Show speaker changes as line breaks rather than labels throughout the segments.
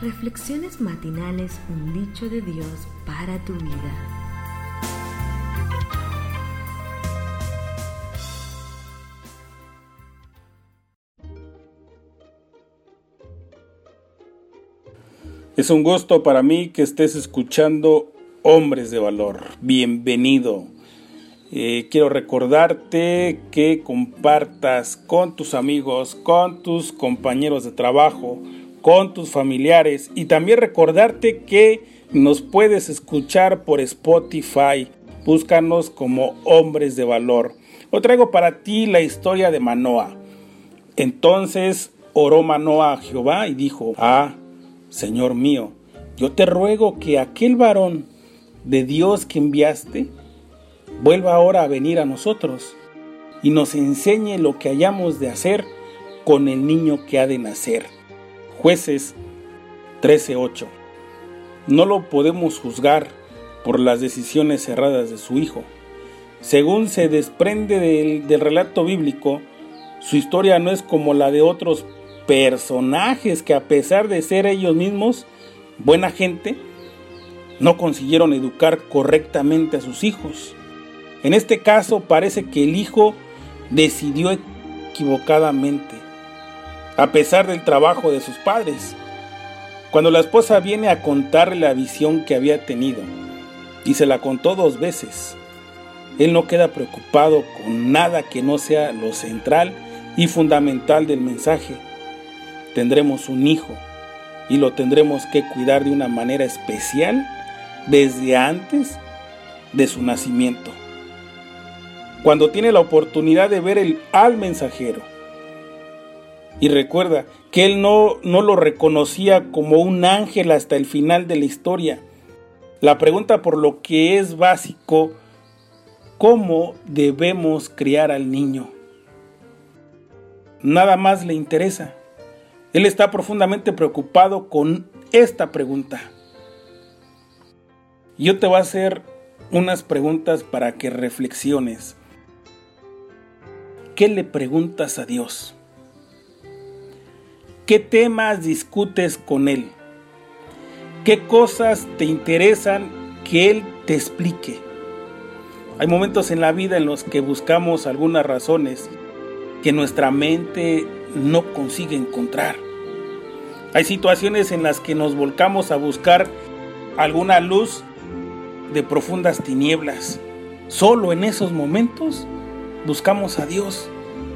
Reflexiones matinales, un dicho de Dios para tu vida.
Es un gusto para mí que estés escuchando Hombres de Valor. Bienvenido. Quiero recordarte que compartas con tus amigos, con tus compañeros de trabajo, con tus familiares, y también recordarte que nos puedes escuchar por Spotify. Búscanos como Hombres de Valor. Hoy traigo para ti la historia de Manoah. Entonces oró Manoah a Jehová y dijo: Señor mío, yo te ruego que aquel varón de Dios que enviaste vuelva ahora a venir a nosotros y nos enseñe lo que hayamos de hacer con el niño que ha de nacer. Jueces 13:8. No lo podemos juzgar por las decisiones erradas de su hijo. Según se desprende del relato bíblico, su historia no es como la de otros personajes que, a pesar de ser ellos mismos buena gente, no consiguieron educar correctamente a sus hijos. En este caso parece que el hijo decidió equivocadamente, a pesar del trabajo de sus padres. Cuando la esposa viene a contarle la visión que había tenido, y se la contó 2 veces, él no queda preocupado con nada que no sea lo central y fundamental del mensaje. Tendremos un hijo y lo tendremos que cuidar de una manera especial desde antes de su nacimiento. Cuando tiene la oportunidad de ver al mensajero, y recuerda que él no lo reconocía como un ángel hasta el final de la historia. La pregunta por lo que es básico: ¿cómo debemos criar al niño? Nada más le interesa. Él está profundamente preocupado con esta pregunta. Yo te voy a hacer unas preguntas para que reflexiones. ¿Qué le preguntas a Dios? ¿Qué temas discutes con Él? ¿Qué cosas te interesan que Él te explique? Hay momentos en la vida en los que buscamos algunas razones que nuestra mente no consigue encontrar. Hay situaciones en las que nos volcamos a buscar alguna luz de profundas tinieblas. Solo en esos momentos buscamos a Dios.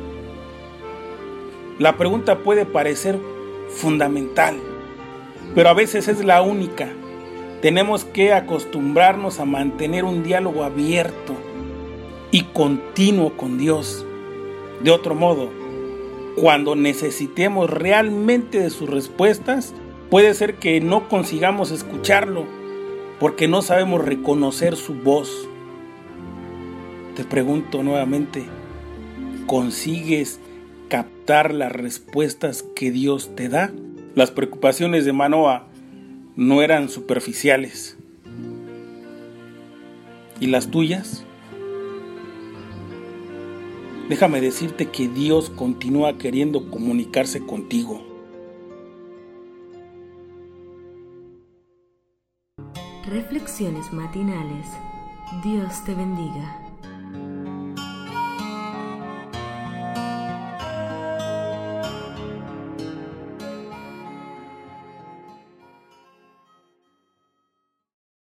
La pregunta puede parecer fundamental, pero a veces es la única. Tenemos que acostumbrarnos a mantener un diálogo abierto y continuo con Dios. De otro modo, cuando necesitemos realmente de sus respuestas, puede ser que no consigamos escucharlo porque no sabemos reconocer su voz. Te pregunto nuevamente: ¿consigues captar las respuestas que Dios te da? Las preocupaciones de Manoah no eran superficiales. ¿Y las tuyas? Déjame decirte que Dios continúa queriendo comunicarse contigo.
Reflexiones matinales. Dios te bendiga.